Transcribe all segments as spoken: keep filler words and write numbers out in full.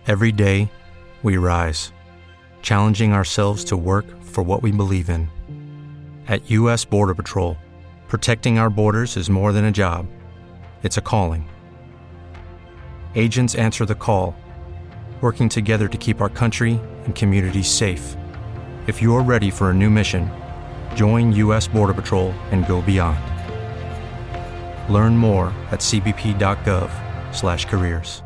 Every day, we rise, challenging ourselves to work for what we believe in. At U S Border Patrol, protecting our borders is more than a job, it's a calling. Agents answer the call, working together to keep our country and communities safe. If you're ready for a new mission, join U S Border Patrol and go beyond. Learn more at c b p dot gov slash careers.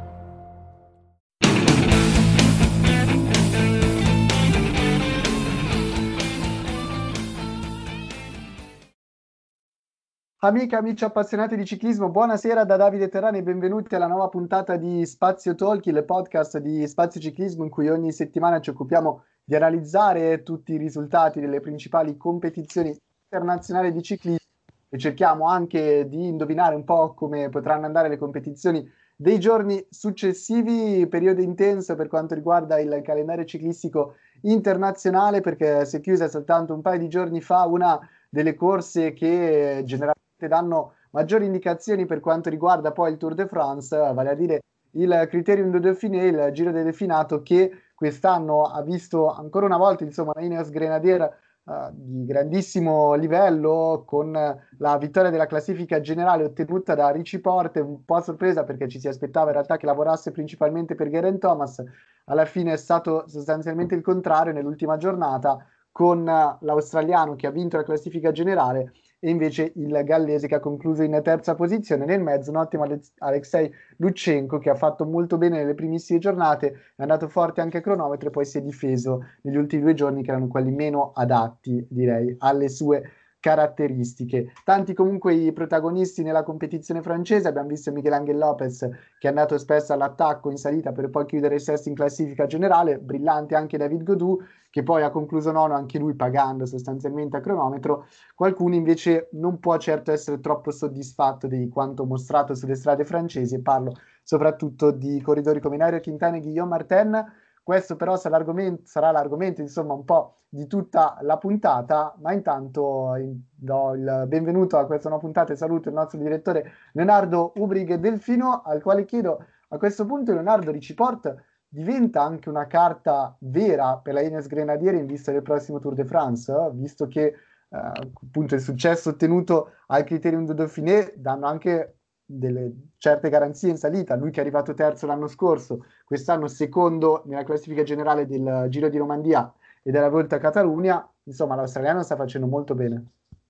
Amiche, amici appassionati di ciclismo, buonasera da Davide Terrani e benvenuti alla nuova puntata di Spazio Talk, il podcast di Spazio Ciclismo in cui ogni settimana ci occupiamo di analizzare tutti i risultati delle principali competizioni internazionali di ciclismo e cerchiamo anche di indovinare un po' come potranno andare le competizioni dei giorni successivi. Periodo intenso per quanto riguarda il calendario ciclistico internazionale, perché si è chiusa soltanto un paio di giorni fa una delle corse che generalmente danno maggiori indicazioni per quanto riguarda poi il Tour de France, vale a dire il Criterium du Dauphiné, il Giro del Delfinato, che quest'anno ha visto ancora una volta insomma la Ineos Grenadier uh, di grandissimo livello, con la vittoria della classifica generale ottenuta da Richie Porte, un po' a sorpresa perché ci si aspettava in realtà che lavorasse principalmente per Geraint Thomas. Alla fine è stato sostanzialmente il contrario nell'ultima giornata, con l'australiano che ha vinto la classifica generale e invece il gallese che ha concluso in terza posizione. Nel mezzo un ottimo Alex- Alexei Lutsenko che ha fatto molto bene nelle primissime giornate, è andato forte anche a cronometro e poi si è difeso negli ultimi due giorni che erano quelli meno adatti, direi, alle sue caratteristiche. Tanti comunque i protagonisti nella competizione francese, abbiamo visto Miguel-Angel Lopez che è andato spesso all'attacco in salita per poi chiudere il sesto in classifica generale, brillante anche David Gaudu che poi ha concluso nono anche lui pagando sostanzialmente a cronometro. Qualcuno invece non può certo essere troppo soddisfatto di quanto mostrato sulle strade francesi e parlo soprattutto di corridori come Nairo Quintana e Guillaume Martin. Questo però sarà l'argomento, sarà l'argomento insomma un po' di tutta la puntata, ma intanto in, do il benvenuto a questa nuova puntata e saluto il nostro direttore Leonardo Ubrig Delfino, al quale chiedo a questo punto, Leonardo, Richiport diventa anche una carta vera per la Ineos Grenadier in vista del prossimo Tour de France, eh? Visto che eh, appunto il successo ottenuto al Criterium du Dauphiné danno anche delle certe garanzie in salita. Lui che è arrivato terzo l'anno scorso, quest'anno secondo nella classifica generale del Giro di Romandia e della Volta a Catalunya, insomma l'australiano sta facendo molto bene.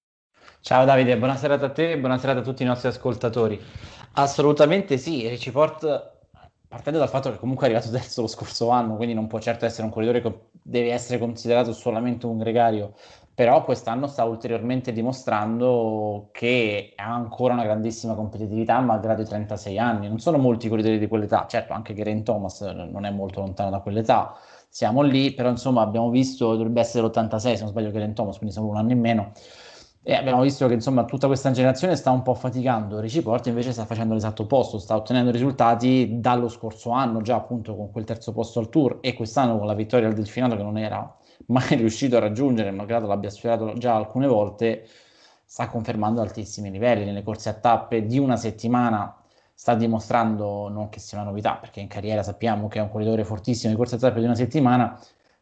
Ciao Davide, buonasera a te e buonasera a tutti i nostri ascoltatori. Assolutamente sì, Richie Porte, partendo dal fatto che comunque è arrivato terzo lo scorso anno, quindi non può certo essere un corridore che deve essere considerato solamente un gregario, però quest'anno sta ulteriormente dimostrando che ha ancora una grandissima competitività malgrado i trentasei anni. Non sono molti corridori di quell'età, certo anche Geraint Thomas non è molto lontano da quell'età, siamo lì, però insomma abbiamo visto, dovrebbe essere l'ottantasei se non sbaglio Geraint Thomas, quindi siamo un anno in meno. E abbiamo visto che insomma tutta questa generazione sta un po' faticando. Richie Porte invece sta facendo l'esatto opposto, sta ottenendo risultati dallo scorso anno, già appunto con quel terzo posto al Tour e quest'anno con la vittoria al Delfinato che non era mai riuscito a raggiungere, malgrado l'abbia sfiorato già alcune volte, sta confermando altissimi livelli nelle corse a tappe di una settimana. Sta dimostrando, non che sia una novità, perché in carriera sappiamo che è un corridore fortissimo di corse a tappe di una settimana,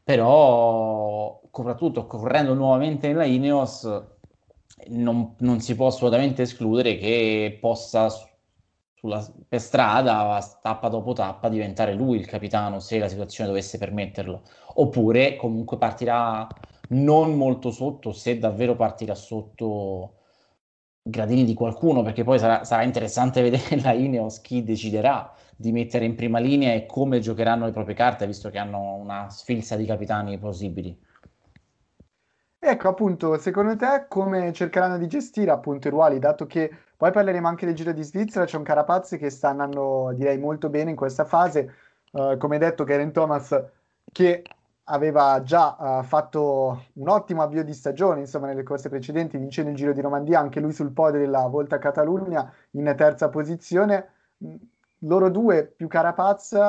però soprattutto correndo nuovamente nella Ineos non, non si può assolutamente escludere che possa sulla, per strada, tappa dopo tappa, diventare lui il capitano se la situazione dovesse permetterlo, oppure comunque partirà non molto sotto, se davvero partirà sotto i gradini di qualcuno, perché poi sarà, sarà interessante vedere la Ineos chi deciderà di mettere in prima linea e come giocheranno le proprie carte, visto che hanno una sfilza di capitani possibili. Ecco, appunto, secondo te come cercheranno di gestire appunto i ruoli, dato che poi parleremo anche del Giro di Svizzera, c'è un Carapaz che sta andando, direi, molto bene in questa fase, eh, come detto, Geraint Thomas che aveva già eh, fatto un ottimo avvio di stagione, insomma, nelle corse precedenti, vincendo il Giro di Romandia, anche lui sul podio della Volta a Catalunya in terza posizione. Mm, Loro due più Carapaz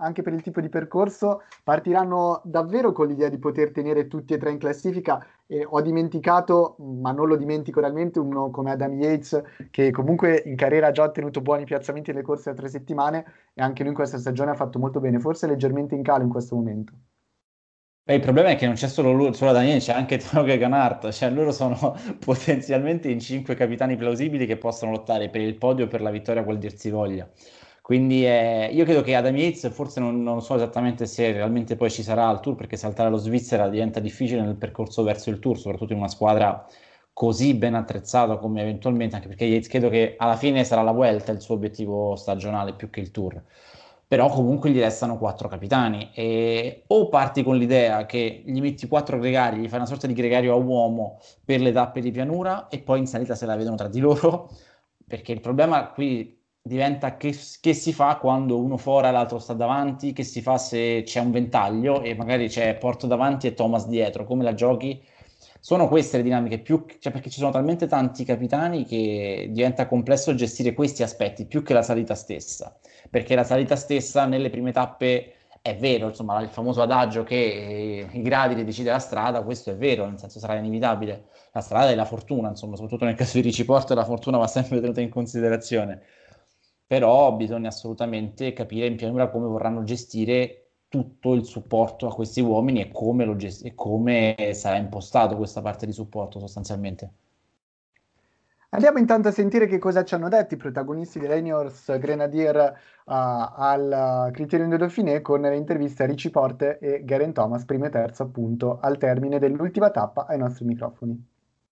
anche per il tipo di percorso, partiranno davvero con l'idea di poter tenere tutti e tre in classifica. E ho dimenticato, ma non lo dimentico realmente, uno come Adam Yates, che comunque in carriera ha già ottenuto buoni piazzamenti nelle corse da tre settimane e anche lui in questa stagione ha fatto molto bene, forse leggermente in calo in questo momento. Beh, il problema è che non c'è solo lui, solo Daniele, c'è anche Tino Geoghegan, cioè loro sono potenzialmente in cinque capitani plausibili che possono lottare per il podio o per la vittoria, quel dir si voglia. Quindi eh, io credo che Adam Yates, forse non, non so esattamente se realmente poi ci sarà al Tour, perché saltare lo Svizzera diventa difficile nel percorso verso il Tour, soprattutto in una squadra così ben attrezzata come eventualmente, anche perché Yates credo che alla fine sarà la Vuelta il suo obiettivo stagionale più che il Tour. Però comunque gli restano quattro capitani e o parti con l'idea che gli metti quattro gregari, gli fai una sorta di gregario a uomo per le tappe di pianura e poi in salita se la vedono tra di loro, perché il problema qui diventa che, che si fa quando uno fora e l'altro sta davanti, che si fa se c'è un ventaglio e magari c'è Porto davanti e Thomas dietro, come la giochi? Sono queste le dinamiche, più, cioè perché ci sono talmente tanti capitani che diventa complesso gestire questi aspetti più che la salita stessa, perché la salita stessa nelle prime tappe è vero, insomma, il famoso adagio che eh, i gradi li decide la strada, questo è vero, nel senso sarà inevitabile. La strada è la fortuna, insomma, soprattutto nel caso di Richie Porte la fortuna va sempre tenuta in considerazione. Però bisogna assolutamente capire in pianura come vorranno gestire tutto il supporto a questi uomini e come, lo gest- e come sarà impostato questa parte di supporto sostanzialmente. Andiamo intanto a sentire che cosa ci hanno detto i protagonisti dell'Eniors Grenadier uh, al uh, Criterium de Dauphiné con le interviste a Richie Porte e Geraint Thomas, primo e terzo appunto, al termine dell'ultima tappa ai nostri microfoni.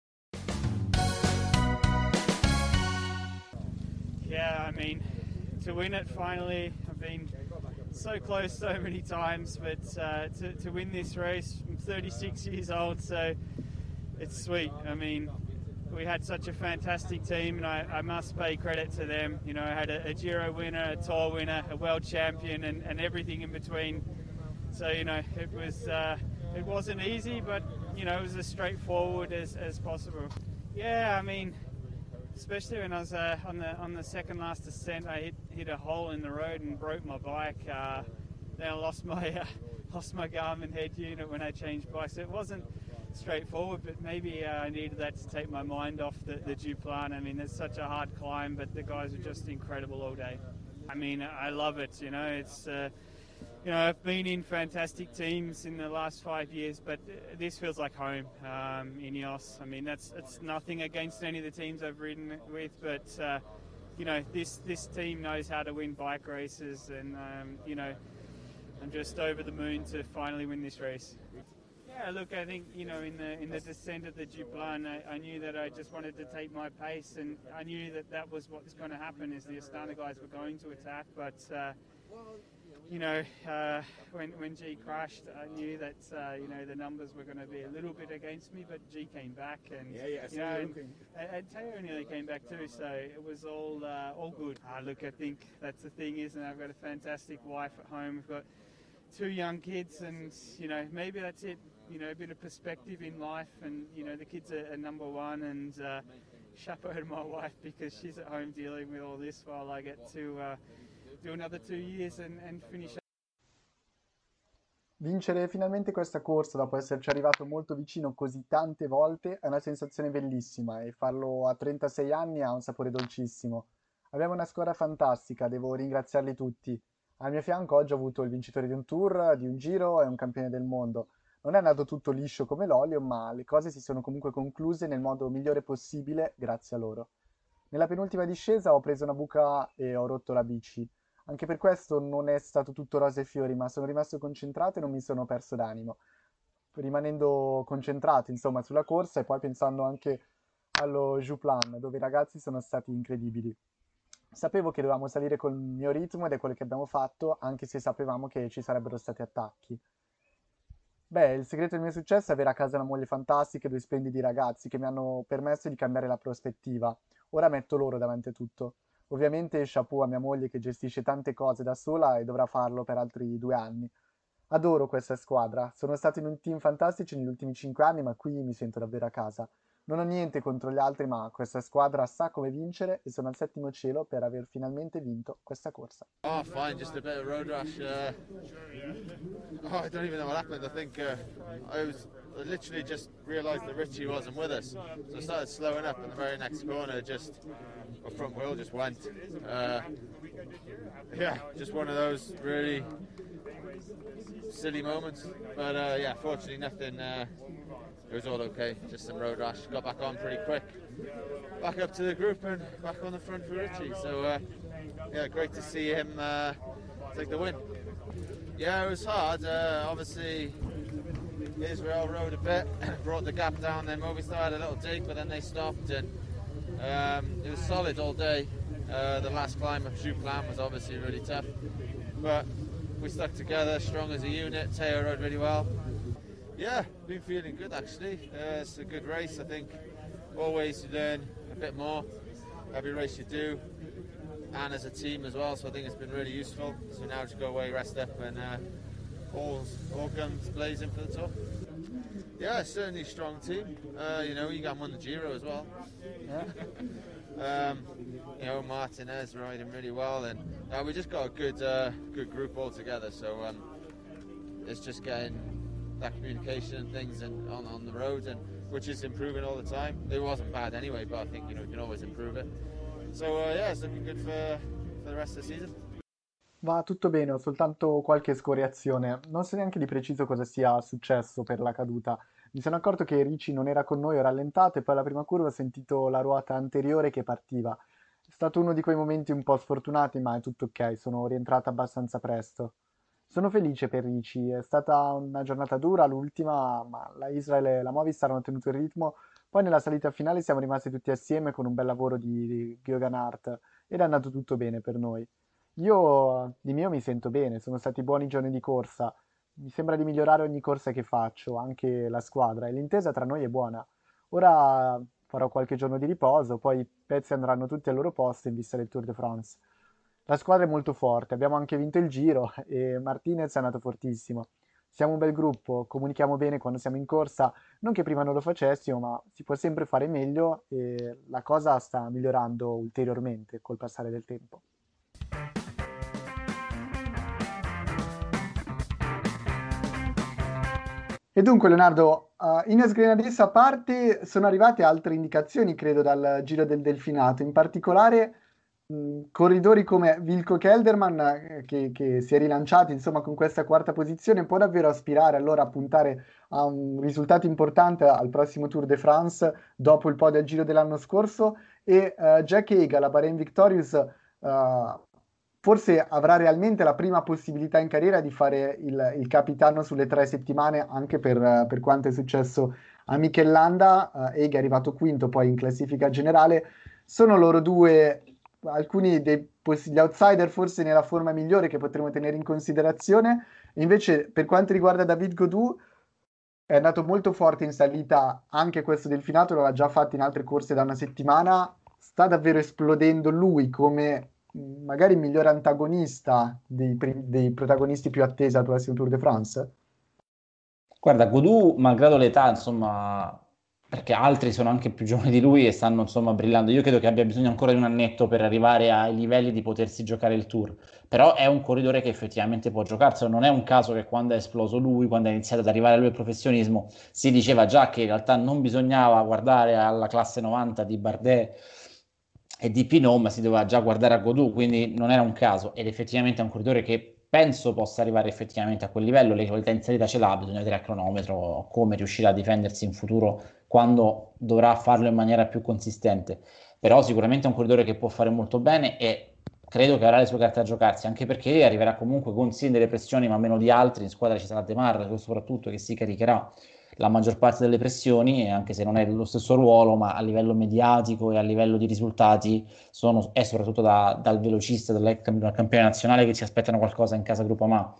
Yeah, I mean, to win it finally, I've been so close so many times, but uh, to, to win this race, I'm thirty-six years old, so it's sweet. I mean, we had such a fantastic team, and I, I must pay credit to them. You know, I had a, a Giro winner, a Tour winner, a world champion, and, and everything in between. So, you know, it was uh, it wasn't easy, but, you know, it was as straightforward as, as possible. Yeah, I mean, especially when I was uh, on the on the second last descent, I hit hit a hole in the road and broke my bike. Uh, then I lost my uh, lost my Garmin head unit when I changed bikes. So it wasn't straightforward, but maybe uh, I needed that to take my mind off the, the Duplan. I mean, it's such a hard climb, but the guys are just incredible all day. I mean, I love it. You know, it's. Uh, You know, I've been in fantastic teams in the last five years, but this feels like home. Um, Ineos. I mean, that's it's nothing against any of the teams I've ridden with, but uh, you know, this this team knows how to win bike races, and um, you know, I'm just over the moon to finally win this race. Yeah, look, I think, you know, in the in the descent of the Duplan, I, I knew that I just wanted to take my pace, and I knew that that was what was going to happen, is the Astana guys were going to attack, but. Uh, You know, uh, when when G crashed, I knew that uh, you know the numbers were going to be a little bit against me, but G came back, and yeah, yeah, you know, and, and Teo nearly came back too, so it was all uh, all good. Ah, look, I think that's the thing, isn't it? I've got a fantastic wife at home. We've got two young kids, and you know, maybe that's it. You know, a bit of perspective in life, and you know, the kids are, are number one, and uh, chapeau to my wife, because she's at home dealing with all this while I get to. Uh, do another two years and, and finish. Vincere finalmente questa corsa dopo esserci arrivato molto vicino così tante volte è una sensazione bellissima, e farlo a trentasei anni ha un sapore dolcissimo. Abbiamo una squadra fantastica, devo ringraziarli tutti. Al mio fianco oggi ho avuto il vincitore di un tour, di un giro e un campione del mondo. Non è andato tutto liscio come l'olio, ma le cose si sono comunque concluse nel modo migliore possibile grazie a loro. Nella penultima discesa ho preso una buca e ho rotto la bici. Anche per questo non è stato tutto rose e fiori, ma sono rimasto concentrato e non mi sono perso d'animo. Rimanendo concentrato, insomma, sulla corsa, e poi pensando anche allo Juplan, dove i ragazzi sono stati incredibili. Sapevo che dovevamo salire col mio ritmo, ed è quello che abbiamo fatto, anche se sapevamo che ci sarebbero stati attacchi. Beh, il segreto del mio successo è avere a casa una moglie fantastica e due splendidi ragazzi che mi hanno permesso di cambiare la prospettiva. Ora metto loro davanti a tutto. Ovviamente chapeau a mia moglie, che gestisce tante cose da sola e dovrà farlo per altri due anni. Adoro questa squadra, sono stato in un team fantastici negli ultimi cinque anni, ma qui mi sento davvero a casa. Non ho niente contro gli altri, ma questa squadra sa come vincere e sono al settimo cielo per aver finalmente vinto questa corsa. Oh, fine, just a bit of road rash. Uh, oh, I don't even know what happened. I think uh, I was I literally just realised that Richie wasn't with us, so I started slowing up, and the very next corner, just my front wheel just went. Uh, yeah, just one of those really silly moments. But uh, yeah, fortunately, nothing. Uh, it was all okay. Just some road rash. Got back on pretty quick. Back up to the group and back on the front for Richie. So uh, yeah, great to see him uh, take the win. Yeah, it was hard. Uh, obviously, Israel rode a bit, brought the gap down. Then Movistar had a little dig, but then they stopped, and um, it was solid all day. Uh, the last climb of Jouplan was obviously really tough, but we stuck together, strong as a unit. Teo rode really well. Yeah, been feeling good actually. Uh, it's a good race. I think always you learn a bit more every race you do, and as a team as well. So I think it's been really useful. So now just go away, rest up, and uh, all all guns blazing for the tour. Yeah, certainly a strong team. Uh, you know, you got won the Giro as well. Yeah. um, you know, Martinez riding really well, and uh, we just got a good uh, good group all together. So um, it's just getting that communication and things and on, on the road, and which is improving all the time. It wasn't bad anyway, but I think you know you can always improve it. So uh, yeah, it's looking good for, for the rest of the season. Va tutto bene, ho soltanto qualche scoriazione. Non so neanche di preciso cosa sia successo per la caduta. Mi sono accorto che Ricci non era con noi, ho rallentato e poi alla prima curva ho sentito la ruota anteriore che partiva. È stato uno di quei momenti un po' sfortunati, ma è tutto ok, sono rientrata abbastanza presto. Sono felice per Ricci, è stata una giornata dura l'ultima, ma la Israel e la Movistar hanno tenuto il ritmo. Poi nella salita finale siamo rimasti tutti assieme con un bel lavoro di, di Geoghegan Hart ed è andato tutto bene per noi. Io di mio mi sento bene, sono stati buoni giorni di corsa, mi sembra di migliorare ogni corsa che faccio, anche la squadra, e l'intesa tra noi è buona. Ora farò qualche giorno di riposo, poi i pezzi andranno tutti al loro posto in vista del Tour de France. La squadra è molto forte, abbiamo anche vinto il Giro e Martinez è andato fortissimo. Siamo un bel gruppo, comunichiamo bene quando siamo in corsa, non che prima non lo facessimo, ma si può sempre fare meglio e la cosa sta migliorando ulteriormente col passare del tempo. E dunque Leonardo, uh, Ineos Grenadiers a parte, sono arrivate altre indicazioni credo dal Giro del Delfinato, in particolare mh, corridori come Wilco Kelderman eh, che, che si è rilanciato insomma con questa quarta posizione, può davvero aspirare allora a puntare a un risultato importante al prossimo Tour de France dopo il podio al Giro dell'anno scorso e uh, Jack Haig, la Bahrain Victorious, uh, forse avrà realmente la prima possibilità in carriera di fare il, il capitano sulle tre settimane, anche per, per quanto è successo a Mikel Landa. uh, Haig è arrivato quinto poi in classifica generale. Sono loro due alcuni dei poss- gli outsider forse nella forma migliore che potremo tenere in considerazione. Invece per quanto riguarda David Gaudu è andato molto forte in salita, anche questo Delfinato lo ha già fatto in altre corse da una settimana, sta davvero esplodendo lui come magari il migliore antagonista dei, dei protagonisti più attesi al prossimo Tour de France? Guarda, Gaudu, malgrado l'età, insomma, perché altri sono anche più giovani di lui e stanno, insomma, brillando. Io credo che abbia bisogno ancora di un annetto per arrivare ai livelli di potersi giocare il Tour. Però è un corridore che effettivamente può giocarselo. Non è un caso che quando è esploso lui, quando è iniziato ad arrivare lui al professionismo, si diceva già che in realtà non bisognava guardare alla classe novanta di Bardet e di Pinot, ma si doveva già guardare a Gaudu, quindi non era un caso, ed effettivamente è un corridore che penso possa arrivare effettivamente a quel livello. Le qualità in salita ce l'ha, bisogna vedere a cronometro come riuscirà a difendersi in futuro quando dovrà farlo in maniera più consistente, però sicuramente è un corridore che può fare molto bene e credo che avrà le sue carte a giocarsi, anche perché arriverà comunque con sì delle pressioni, ma meno di altri. In squadra ci sarà De Mar soprattutto, che si caricherà la maggior parte delle pressioni, anche se non è lo stesso ruolo, ma a livello mediatico e a livello di risultati sono, è soprattutto da, dal velocista, dal campione nazionale, che ci aspettano qualcosa in casa Groupama.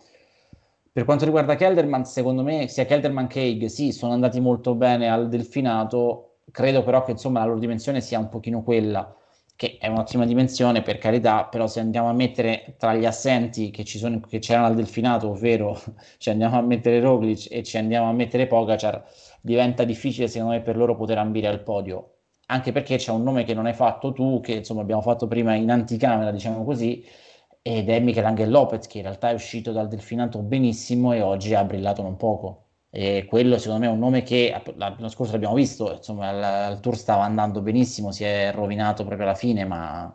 Per quanto riguarda Kelderman, secondo me sia Kelderman che Haig sì, sono andati molto bene al Delfinato, credo però che insomma la loro dimensione sia un pochino quella. che è un'ottima dimensione, per carità, però se andiamo a mettere tra gli assenti che ci sono, che c'erano al Delfinato, ovvero ci andiamo a mettere Roglic e ci andiamo a mettere Pogacar, diventa difficile secondo me per loro poter ambire al podio, anche perché c'è un nome che non hai fatto tu, che insomma abbiamo fatto prima in anticamera, diciamo così, ed è Miguel Lopez, che in realtà è uscito dal Delfinato benissimo e oggi ha brillato non poco. E quello secondo me è un nome che l'anno scorso l'abbiamo visto, insomma al, al Tour stava andando benissimo, si è rovinato proprio alla fine, ma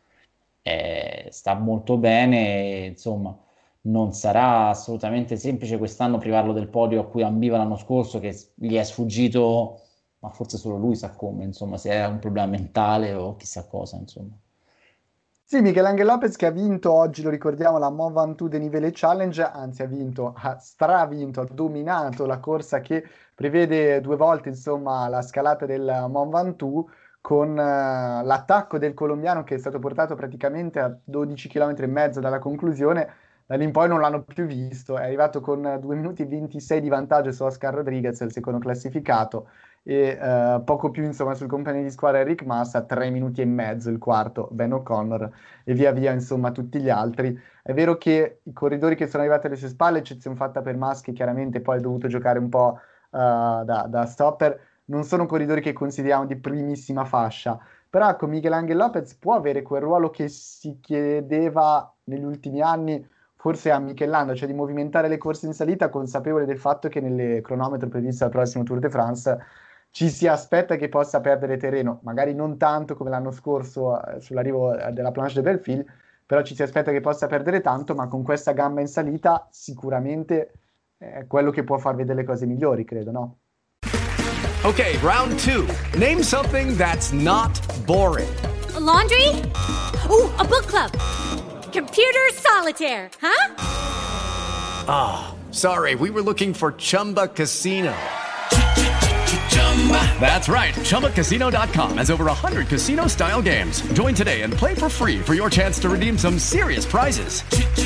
eh, sta molto bene, insomma non sarà assolutamente semplice quest'anno privarlo del podio a cui ambiva l'anno scorso, che gli è sfuggito, ma forse solo lui sa come, insomma, se è un problema mentale o chissà cosa, insomma. Sì, Miguel Angel Lopez che ha vinto oggi, lo ricordiamo, la Mont Ventoux Denivele Challenge, anzi ha vinto, ha stravinto, ha dominato la corsa che prevede due volte, insomma, la scalata del Mont Ventoux, con uh, l'attacco del colombiano che è stato portato praticamente a dodici chilometri e mezzo dalla conclusione. Da lì in poi non l'hanno più visto, è arrivato con due minuti e ventisei di vantaggio su Oscar Rodriguez, il secondo classificato, e uh, poco più insomma sul compagno di squadra Enric Mas, a tre minuti e mezzo il quarto Ben O'Connor, e via via insomma tutti gli altri. È vero che i corridori che sono arrivati alle sue spalle, eccezione fatta per Mas che chiaramente poi ha dovuto giocare un po' uh, da, da stopper, non sono corridori che consideriamo di primissima fascia, però ecco, Miguel Angel Lopez può avere quel ruolo che si chiedeva negli ultimi anni forse a Michelando, cioè di movimentare le corse in salita, consapevole del fatto che nelle cronometro previste al prossimo Tour de France ci si aspetta che possa perdere terreno, magari non tanto come l'anno scorso eh, sull'arrivo eh, della Planche de Belleville, però ci si aspetta che possa perdere tanto, ma con questa gamba in salita sicuramente è quello che può far vedere le cose migliori, credo, no? Okay, round two. Name something that's not boring. A laundry? Ooh, a book club. Computer solitaire, huh? Ah, oh, sorry, we were looking for Chumba Casino. That's right, Chumba Casino dot com has over one hundred casino-style games. Join today and play for free for your chance to redeem some serious prizes.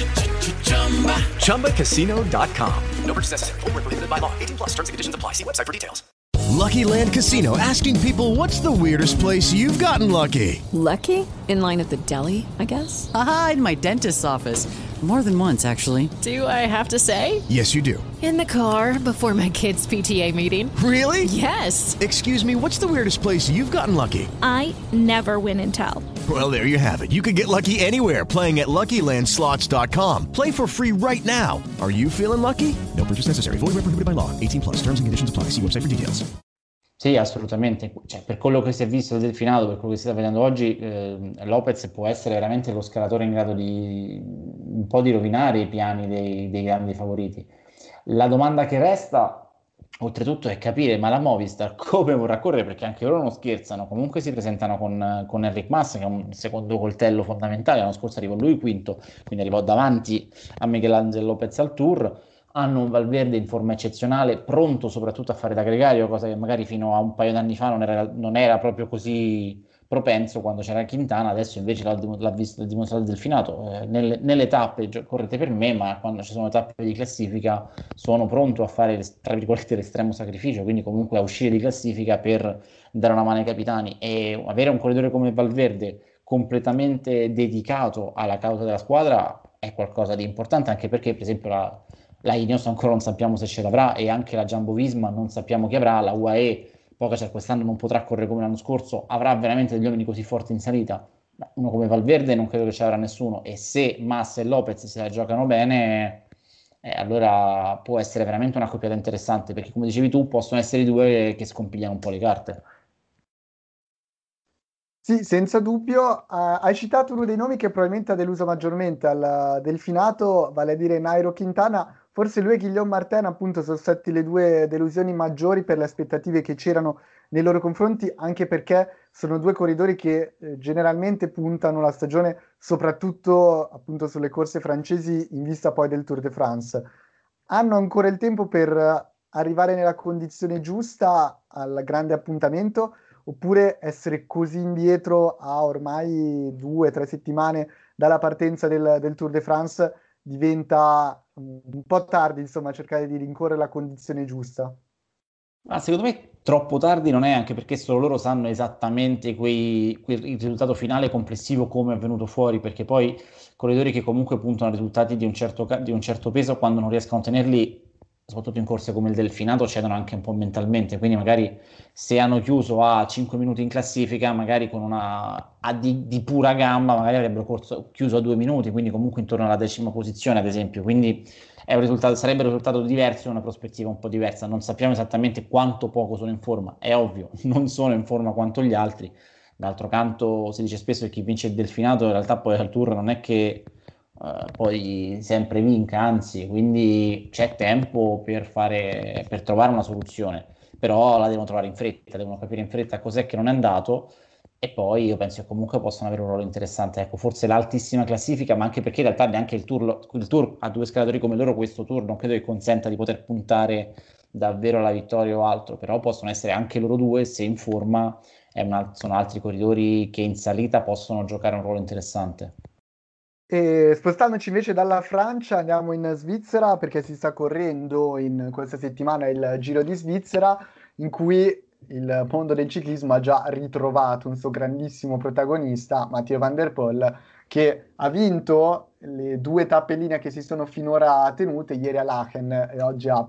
Chumba Casino dot com. No purchase necessary. Void where prohibited by law. eighteen plus terms and conditions apply. See website for details. Lucky Land Casino, asking people, what's the weirdest place you've gotten lucky? Lucky? In line at the deli, I guess? Aha, in my dentist's office. More than once, actually. Do I have to say? Yes, you do. In the car before my kids' P T A meeting. Really? Yes. Excuse me, what's the weirdest place you've gotten lucky? I never win and tell. Well, there you have it. You can get lucky anywhere, playing at Lucky Land Slots dot com. Play for free right now. Are you feeling lucky? No purchase necessary. Void where prohibited by law. eighteen plus. Terms and conditions apply. See website for details. Sì, assolutamente. Cioè, per quello che si è visto del Delfinato, per quello che si sta vedendo oggi, eh, Lopez può essere veramente lo scalatore in grado di un po' di rovinare i piani dei, dei grandi favoriti. La domanda che resta, oltretutto, è capire, ma la Movistar come vorrà correre, perché anche loro non scherzano, comunque si presentano con, con Enric Mas, che è un secondo coltello fondamentale. L'anno scorso arrivò lui quinto, quindi arrivò davanti a Miguel Angel Lopez al Tour. Hanno un Valverde in forma eccezionale, pronto soprattutto a fare da gregario, cosa che magari fino a un paio d'anni fa non era, non era proprio così propenso quando c'era Quintana. Adesso invece l'ha, l'ha visto, l'ha dimostrato il Delfinato. Eh, nelle, nelle tappe correte per me, ma quando ci sono tappe di classifica sono pronto a fare, tra virgolette, l'estremo sacrificio, quindi comunque a uscire di classifica per dare una mano ai capitani. E avere un corridore come Valverde completamente dedicato alla causa della squadra è qualcosa di importante, anche perché per esempio la La Ineos ancora non sappiamo se ce l'avrà, e anche la Jumbo-Visma non sappiamo chi avrà. La U A E, Pogacar quest'anno non potrà correre come l'anno scorso, avrà veramente degli uomini così forti in salita? Uno come Valverde non credo che ce l'avrà nessuno, e se Massa e Lopez se la giocano bene, eh, allora può essere veramente una coppiata interessante, perché come dicevi tu possono essere i due che scompigliano un po' le carte. Sì, senza dubbio. Uh, hai citato uno dei nomi che probabilmente ha deluso maggiormente al Delfinato, vale a dire Nairo Quintana. Forse lui e Guillaume Martin appunto sono stati le due delusioni maggiori per le aspettative che c'erano nei loro confronti, anche perché sono due corridori che eh, generalmente puntano la stagione soprattutto appunto sulle corse francesi in vista poi del Tour de France. Hanno ancora il tempo per arrivare nella condizione giusta al grande appuntamento, oppure essere così indietro a ormai due o tre settimane dalla partenza del, del Tour de France diventa un po' tardi, insomma, cercare di rincorrere la condizione giusta. Ma secondo me troppo tardi non è, anche perché solo loro sanno esattamente quei, quel, il risultato finale complessivo come è venuto fuori, perché poi corridori che comunque puntano a risultati di un certo, ca- di un certo peso, quando non riescono a tenerli, soprattutto in corse come il delfinato, cedono anche un po' mentalmente, quindi magari se hanno chiuso a cinque minuti in classifica, magari con una a di, di pura gamba, magari avrebbero corso- chiuso a due minuti, quindi comunque intorno alla decima posizione, ad esempio, quindi è un risultato, sarebbe un risultato diverso, una prospettiva un po' diversa. Non sappiamo esattamente quanto poco sono in forma, è ovvio, non sono in forma quanto gli altri. D'altro canto, si dice spesso che chi vince il delfinato in realtà poi al tour non è che eh, poi sempre vinca, anzi, quindi c'è tempo per fare, per trovare una soluzione, però la devono trovare in fretta, devono capire in fretta cos'è che non è andato e poi io penso che comunque possano avere un ruolo interessante. Ecco, forse l'altissima classifica, ma anche perché in realtà neanche il tour, il tour a due scalatori come loro, questo tour non credo che consenta di poter puntare davvero alla vittoria o altro, però possono essere anche loro due, se in forma, è un sono altri corridori che in salita possono giocare un ruolo interessante. E spostandoci invece dalla Francia andiamo in Svizzera perché si sta correndo in questa settimana il Giro di Svizzera in cui il mondo del ciclismo ha già ritrovato un suo grandissimo protagonista, Mathieu Van Der Poel, che ha vinto le due tappe in linea che si sono finora tenute, ieri a Lachen e oggi a,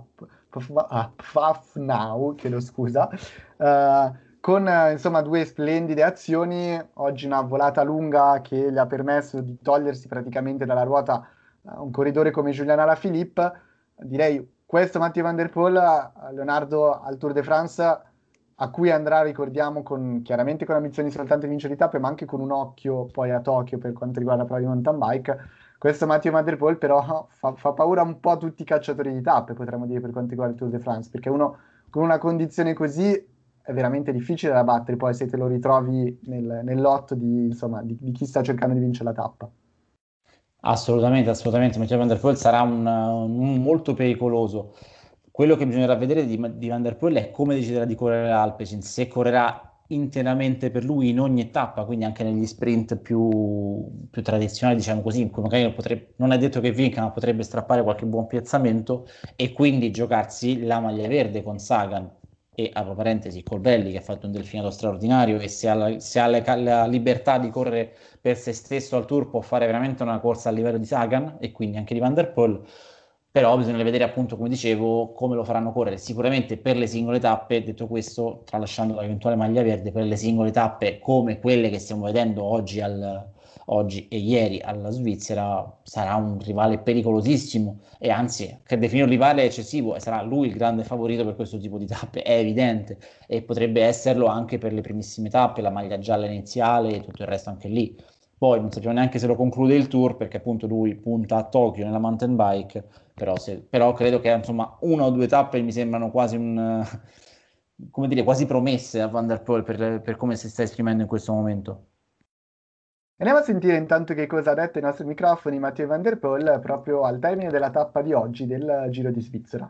a Pfaffenau, chiedo scusa, uh, con eh, insomma due splendide azioni, oggi una volata lunga che gli ha permesso di togliersi praticamente dalla ruota eh, un corridore come Julian Alaphilippe. Direi questo Mathieu Van Der Poel, eh, Leonardo al Tour de France, a cui andrà, ricordiamo, con, chiaramente con ambizioni soltanto di vincere le tappe, ma anche con un occhio poi a Tokyo per quanto riguarda la prova di mountain bike. Questo Mathieu Van Der Poel però fa, fa paura un po' a tutti i cacciatori di tappe, potremmo dire, per quanto riguarda il Tour de France, perché uno con una condizione così è veramente difficile da battere poi se te lo ritrovi nel, nel lotto di, insomma, di, di chi sta cercando di vincere la tappa. Assolutamente, assolutamente. Mathieu Van Der Poel sarà un, un molto pericoloso. Quello che bisognerà vedere di, di Van Der Poel è come deciderà di correre l'Alpecin, se correrà interamente per lui in ogni tappa, quindi anche negli sprint più, più tradizionali, diciamo così, in cui magari potrebbe, non è detto che vinca, ma potrebbe strappare qualche buon piazzamento e quindi giocarsi la maglia verde con Sagan e, a parentesi, Colbrelli che ha fatto un delfinato straordinario e se ha, la, se ha la, la libertà di correre per se stesso al Tour può fare veramente una corsa a livello di Sagan e quindi anche di Van Der Poel, però bisogna vedere appunto, come dicevo, come lo faranno correre. Sicuramente per le singole tappe, detto questo, tralasciando l'eventuale maglia verde, per le singole tappe come quelle che stiamo vedendo oggi, al, oggi e ieri alla Svizzera, sarà un rivale pericolosissimo e anzi, che definire un rivale eccessivo, e sarà lui il grande favorito per questo tipo di tappe, è evidente, e potrebbe esserlo anche per le primissime tappe, la maglia gialla iniziale e tutto il resto anche lì. Poi non sappiamo neanche se lo conclude il tour perché appunto lui punta a Tokyo nella mountain bike, però, se, però credo che insomma una o due tappe mi sembrano quasi un, come dire, quasi promesse a Van Der Poel per, per come si sta esprimendo in questo momento. Andiamo a sentire intanto che cosa ha detto ai nostri microfoni Mathieu Van Der Poel proprio al termine della tappa di oggi del Giro di Svizzera.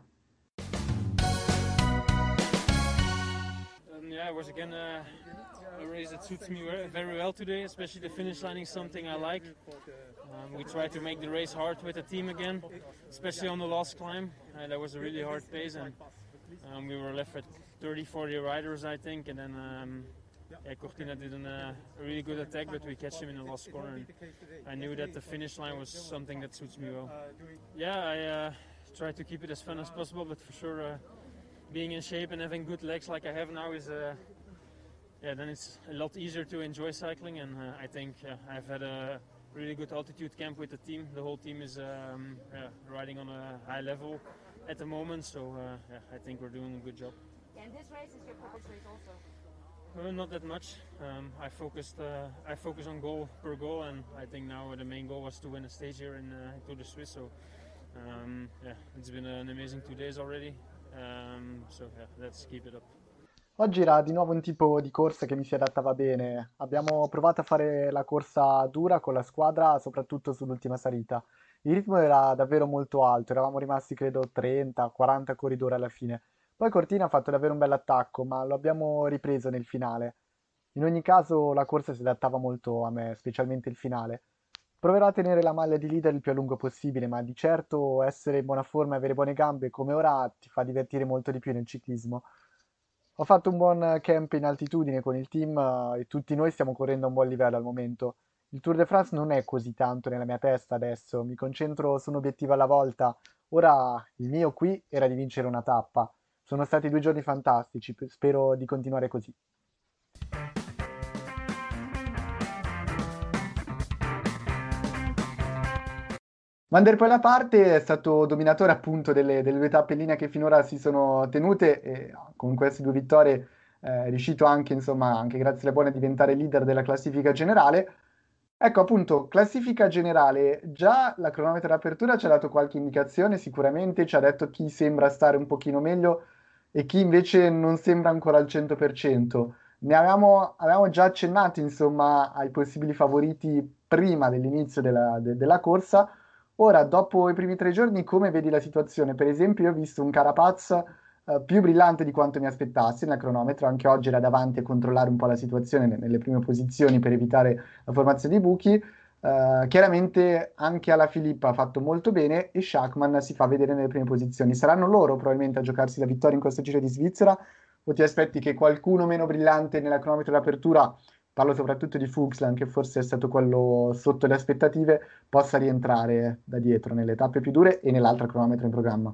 Um, yeah, it was again uh, a race that suits me very well today, especially the finish line is something I like. Um, we tried to make the race hard with the team again, especially on the last climb. Uh, that was a really hard pace, and um, we were left with thirty, forty riders, I think, and then um, yeah, Cortina did an, uh, a really good attack, but we catch him in the last corner. And I knew that the finish line was something that suits me well. Yeah, I uh, try to keep it as fun as possible, but for sure, uh, being in shape and having good legs like I have now is, uh, yeah, then it's a lot easier to enjoy cycling. And uh, I think uh, I've had a really good altitude camp with the team. The whole team is um, yeah, riding on a high level at the moment, so uh, yeah, I think we're doing a good job. Yeah, and this race is your purpose race also. Uh, not that much. Um, I focused. Uh, I focus on goal per goal, and I think now the main goal was to win a stage here in uh, Tour de Suisse. So um, yeah, it's been an amazing two days already. Um, so yeah, let's keep it up. Oggi era di nuovo un tipo di corsa che mi si adattava bene. Abbiamo provato a fare la corsa dura con la squadra, soprattutto sull'ultima salita. Il ritmo era davvero molto alto, eravamo rimasti credo trenta quaranta corridori alla fine. Poi Cortina ha fatto davvero un bel attacco, ma lo abbiamo ripreso nel finale. In ogni caso la corsa si adattava molto a me, specialmente il finale. Proverò a tenere la maglia di leader il più a lungo possibile, ma di certo essere in buona forma e avere buone gambe come ora ti fa divertire molto di più nel ciclismo. Ho fatto un buon camp in altitudine con il team eh, e tutti noi stiamo correndo a un buon livello al momento. Il Tour de France non è così tanto nella mia testa adesso, mi concentro su un obiettivo alla volta. Ora il mio qui era di vincere una tappa. Sono stati due giorni fantastici, p- spero di continuare così. Van der Poel a parte è stato dominatore appunto delle, delle due tappe in linea che finora si sono tenute e con queste due vittorie eh, è riuscito anche, insomma, anche grazie alle buone a diventare leader della classifica generale. Ecco appunto, classifica generale, già la cronometro d'apertura ci ha dato qualche indicazione, sicuramente ci ha detto chi sembra stare un pochino meglio e chi invece non sembra ancora al cento per cento. Ne avevamo, avevamo già accennato, insomma, ai possibili favoriti prima dell'inizio della, de- della corsa. Ora, dopo i primi tre giorni, come vedi la situazione? Per esempio, io ho visto un Carapaz eh, più brillante di quanto mi aspettassi nel cronometro, anche oggi era davanti a controllare un po' la situazione ne- nelle prime posizioni per evitare la formazione di buchi. Eh, chiaramente anche alla Filippa ha fatto molto bene e Schachmann si fa vedere nelle prime posizioni. Saranno loro probabilmente a giocarsi la vittoria in questo Giro di Svizzera o ti aspetti che qualcuno meno brillante nella cronometro d'apertura, parlo soprattutto di Fuchsland, che forse è stato quello sotto le aspettative, possa rientrare da dietro nelle tappe più dure e nell'altra cronometro in programma?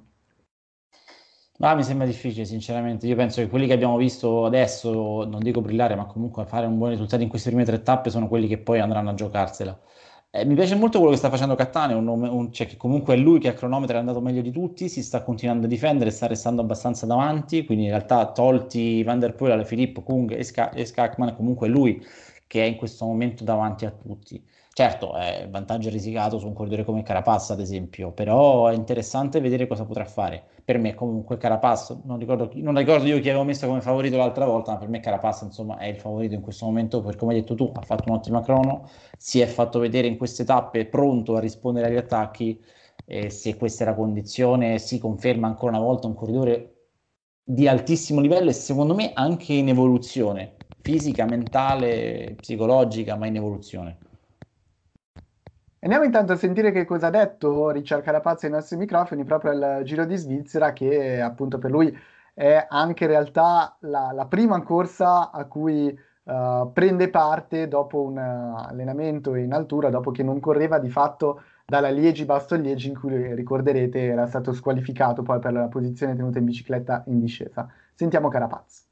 Ma mi sembra difficile, sinceramente. Io penso che quelli che abbiamo visto adesso, non dico brillare, ma comunque fare un buon risultato in queste prime tre tappe, sono quelli che poi andranno a giocarsela. Eh, mi piace molto quello che sta facendo Cattaneo, un nome- un- cioè che comunque è lui che a cronometro è andato meglio di tutti, si sta continuando a difendere, sta restando abbastanza davanti, quindi in realtà tolti Van der Poel, alle Filippo, Kung e, Ska- e Skakman, comunque è lui che è in questo momento davanti a tutti. Certo, è vantaggio risicato su un corridore come Carapaz, ad esempio, però è interessante vedere cosa potrà fare. Per me, comunque, Carapaz, non ricordo, chi- non ricordo io chi avevo messo come favorito l'altra volta, ma per me Carapaz, insomma, è il favorito in questo momento, perché come hai detto tu, ha fatto un'ottima crono, si è fatto vedere in queste tappe pronto a rispondere agli attacchi, e se questa è la condizione, si conferma ancora una volta un corridore di altissimo livello e secondo me anche in evoluzione, fisica, mentale, psicologica, ma in evoluzione. Andiamo intanto a sentire che cosa ha detto Richard Carapaz ai nostri microfoni proprio al Giro di Svizzera, che appunto per lui è anche in realtà la, la prima corsa a cui eh, prende parte dopo un eh, allenamento in altura, dopo che non correva di fatto dalla Liegi-Bastogliegi, in cui ricorderete era stato squalificato poi per la posizione tenuta in bicicletta in discesa. Sentiamo Carapaz.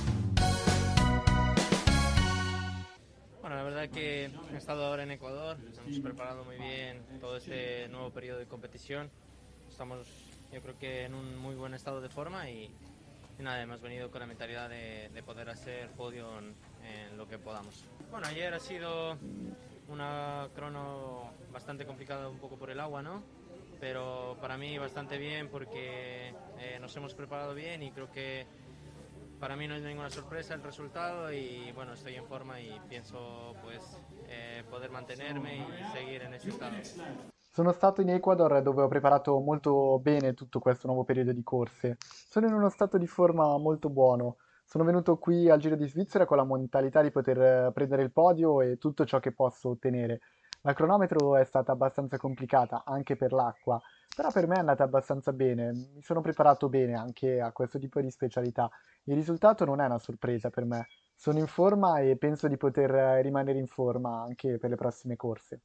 Bueno, la verdad que he estado ahora en Ecuador, hemos preparado muy bien todo este nuevo periodo de competición. Estamos, yo creo que en un muy buen estado de forma y, y nada, hemos venido con la mentalidad de, de poder hacer podio en, en lo que podamos. Bueno, ayer ha sido una crono bastante complicada un poco por el agua, ¿no? Pero para mí bastante bien porque eh, nos hemos preparado bien y creo que para mí no es ninguna sorpresa el resultado y bueno, estoy en forma y pienso pues eh, poder mantenerme y seguir en este estado. Sono stato in Ecuador dove ho preparato molto bene tutto questo nuovo periodo di corse. Sono in uno stato di forma molto buono. Sono venuto qui al Giro di Svizzera con la mentalità di poter eh, prendere il podio e tutto ciò che posso ottenere. La cronometro è stata abbastanza complicata anche per l'acqua, però per me è andata abbastanza bene. Mi sono preparato bene anche a questo tipo di specialità. Il risultato non è una sorpresa per me. Sono in forma e penso di poter eh, rimanere in forma anche per le prossime corse.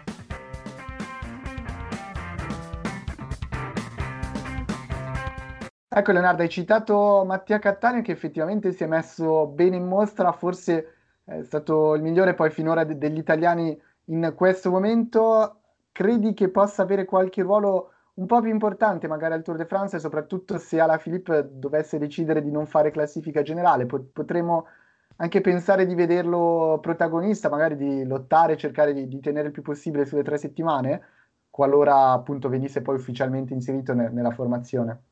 Ecco Leonardo, hai citato Mattia Cattaneo che effettivamente si è messo bene in mostra, forse è stato il migliore poi finora de- degli italiani in questo momento. Credi che possa avere qualche ruolo un po' più importante magari al Tour de France, soprattutto se Alaphilippe dovesse decidere di non fare classifica generale? Po- potremmo anche pensare di vederlo protagonista, magari di lottare, cercare di, di tenere il più possibile sulle tre settimane, qualora appunto venisse poi ufficialmente inserito ne- nella formazione.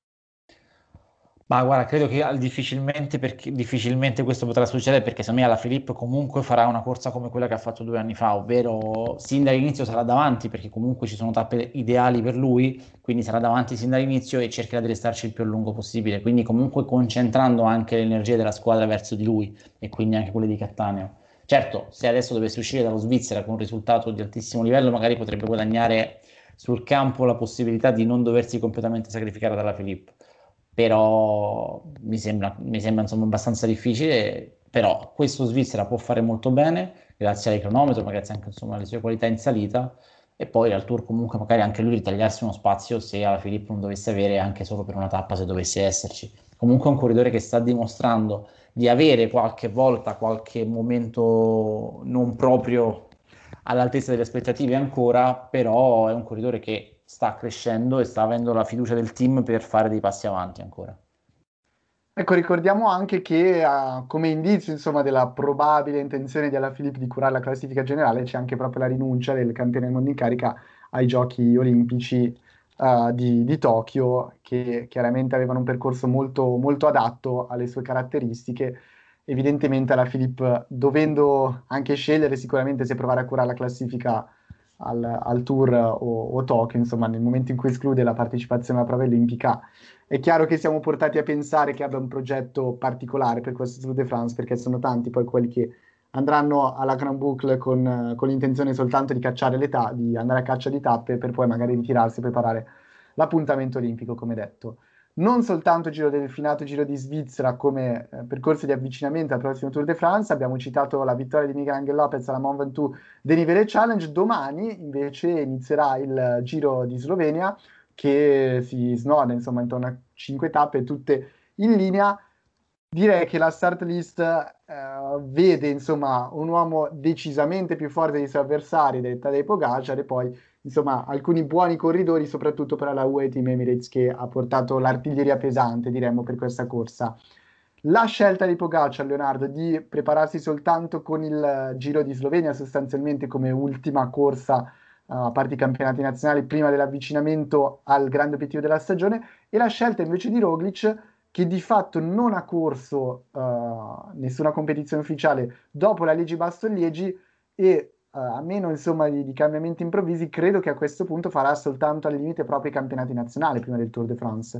Ma guarda, credo che al- difficilmente, perché, difficilmente questo potrà succedere perché secondo me alla Filippo comunque farà una corsa come quella che ha fatto due anni fa, ovvero sin dall'inizio sarà davanti perché comunque ci sono tappe ideali per lui, quindi sarà davanti sin dall'inizio e cercherà di restarci il più a lungo possibile, quindi comunque concentrando anche le energie della squadra verso di lui e quindi anche quelle di Cattaneo. Certo, se adesso dovesse uscire dallo Svizzera con un risultato di altissimo livello, magari potrebbe guadagnare sul campo la possibilità di non doversi completamente sacrificare dalla Filippo. però mi sembra, mi sembra insomma abbastanza difficile, però questo Svizzera può fare molto bene, grazie al cronometro, ma grazie anche insomma alle sue qualità in salita, e poi al Tour comunque magari anche lui ritagliarsi uno spazio se alla Filippo non dovesse avere anche solo per una tappa, se dovesse esserci. Comunque è un corridore che sta dimostrando di avere qualche volta qualche momento non proprio all'altezza delle aspettative ancora, però è un corridore che sta crescendo e sta avendo la fiducia del team per fare dei passi avanti ancora. Ecco, ricordiamo anche che uh, come indizio, insomma, della probabile intenzione di Alaphilippe di curare la classifica generale c'è anche proprio la rinuncia del campione del mondo in carica ai giochi olimpici uh, di, di Tokyo, che chiaramente avevano un percorso molto, molto adatto alle sue caratteristiche. Evidentemente Alaphilippe, dovendo anche scegliere sicuramente se provare a curare la classifica al, al Tour o, o Tokyo, insomma, nel momento in cui esclude la partecipazione alla prova olimpica, è chiaro che siamo portati a pensare che abbia un progetto particolare per questo Tour de France, perché sono tanti poi quelli che andranno alla Grand Boucle con, con l'intenzione soltanto di cacciare le ta- di andare a caccia di tappe per poi magari ritirarsi e preparare l'appuntamento olimpico, come detto. Non soltanto Giro del Delfinato, Giro di Svizzera come eh, percorso di avvicinamento al prossimo Tour de France, abbiamo citato la vittoria di Miguel Angel Lopez alla Mont Ventoux Denivele Challenge. Domani invece inizierà il Giro di Slovenia, che si snoda insomma intorno a cinque tappe, tutte in linea. Direi che la start list eh, vede insomma un uomo decisamente più forte dei suoi avversari, del Tadej Pogacar, e poi insomma alcuni buoni corridori, soprattutto per la U A E Team Emirates, che ha portato l'artiglieria pesante, diremmo, per questa corsa. La scelta di Pogacar, Leonardo, di prepararsi soltanto con il Giro di Slovenia, sostanzialmente come ultima corsa a parte i campionati nazionali prima dell'avvicinamento al grande obiettivo della stagione, e la scelta invece di Roglic, che di fatto non ha corso uh, nessuna competizione ufficiale dopo la Liegi-Bastogne-Liegi, e uh, a meno insomma di, di cambiamenti improvvisi, credo che a questo punto farà soltanto al limite proprio i campionati nazionali prima del Tour de France.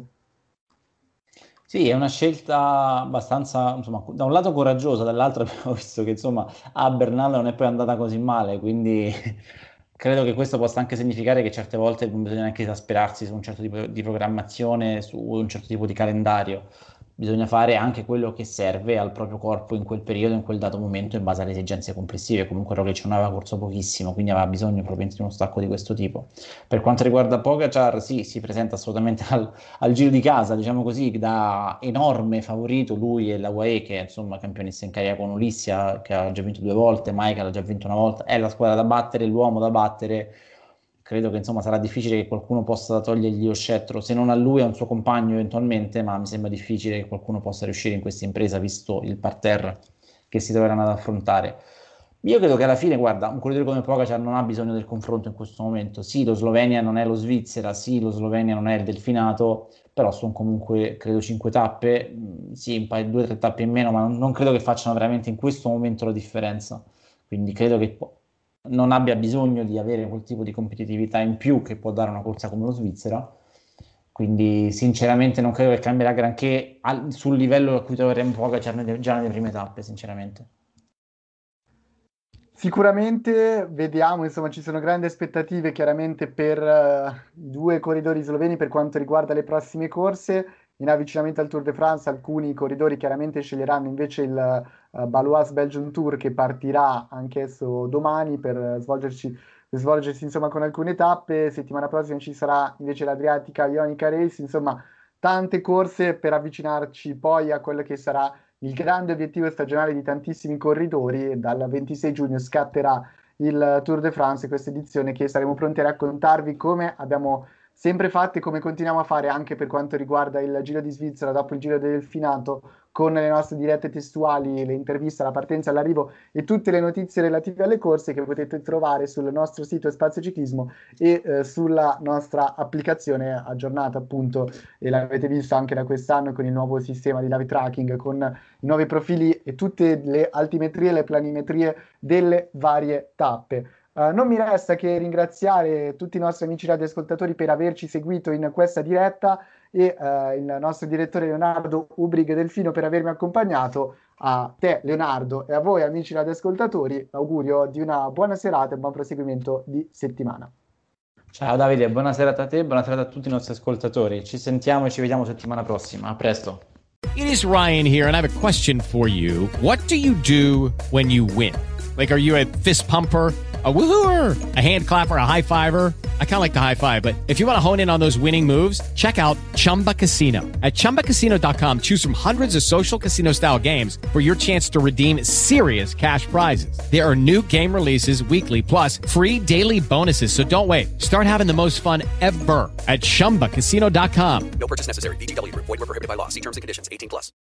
Sì, è una scelta abbastanza, insomma, da un lato coraggiosa, dall'altro abbiamo visto che insomma a Bernal non è poi andata così male, quindi credo che questo possa anche significare che certe volte non bisogna neanche esasperarsi su un certo tipo di programmazione, su un certo tipo di calendario. Bisogna fare anche quello che serve al proprio corpo in quel periodo, in quel dato momento, in base alle esigenze complessive. Comunque Roglic non aveva corso pochissimo, quindi aveva bisogno probabilmente di uno stacco di questo tipo. Per quanto riguarda Pogacar, sì, si presenta assolutamente al, al giro di casa, diciamo così, da enorme favorito lui e la U A E, che è insomma campionessa in carica con Ulissia, che ha già vinto due volte, Michael ha già vinto una volta, è la squadra da battere, l'uomo da battere. Credo che insomma sarà difficile che qualcuno possa togliergli lo scettro, se non a lui, a un suo compagno eventualmente, ma mi sembra difficile che qualcuno possa riuscire in questa impresa, visto il parterre che si troveranno ad affrontare. Io credo che alla fine, guarda, un corridore come Pogacar non ha bisogno del confronto in questo momento. Sì, lo Slovenia non è lo Svizzera, sì, lo Slovenia non è il Delfinato, però sono comunque, credo, cinque tappe, sì, un paio, due o tre tappe in meno, ma non, non credo che facciano veramente in questo momento la differenza. Quindi credo che non abbia bisogno di avere quel tipo di competitività in più che può dare una corsa come lo Svizzera, quindi sinceramente non credo che cambierà granché al, sul livello a cui troveremo Pogacar già nelle prime tappe, sinceramente. Sicuramente vediamo, insomma, ci sono grandi aspettative chiaramente per uh, i due corridori sloveni per quanto riguarda le prossime corse. In avvicinamento al Tour de France alcuni corridori chiaramente sceglieranno invece il uh, Baloise Belgium Tour, che partirà anch'esso domani per svolgerci, per svolgersi insomma con alcune tappe. Settimana prossima ci sarà invece l'Adriatica Ionica Race, insomma tante corse per avvicinarci poi a quello che sarà il grande obiettivo stagionale di tantissimi corridori. Dal ventisei giugno scatterà il Tour de France, questa edizione che saremo pronti a raccontarvi come abbiamo sempre fatto e come continuiamo a fare anche per quanto riguarda il Giro di Svizzera dopo il Giro del Delfinato, con le nostre dirette testuali, le interviste alla partenza e all'arrivo e tutte le notizie relative alle corse che potete trovare sul nostro sito Spazio Ciclismo e eh, sulla nostra applicazione aggiornata, appunto, e l'avete visto anche da quest'anno con il nuovo sistema di live tracking, con i nuovi profili e tutte le altimetrie e le planimetrie delle varie tappe. Uh, non mi resta che ringraziare tutti i nostri amici radioascoltatori per averci seguito in questa diretta e uh, il nostro direttore Leonardo Ubrig Delfino per avermi accompagnato. A te Leonardo e a voi amici radioascoltatori l'augurio di una buona serata e un buon proseguimento di settimana. Ciao Davide, buona serata a te, buona serata a tutti i nostri ascoltatori. Ci sentiamo e ci vediamo settimana prossima. A presto. It is Ryan here, and I have a question for you. What do you do when you win? Like, are you a fist pumper, a woohooer, a hand clapper, a high fiver? I kind of like the high five, but if you want to hone in on those winning moves, check out Chumba Casino. At chumba casino dot com, choose from hundreds of social casino style games for your chance to redeem serious cash prizes. There are new game releases weekly, plus free daily bonuses. So don't wait. Start having the most fun ever at chumba casino dot com. No purchase necessary. V G W. Void where prohibited by law. See terms and conditions. eighteen plus.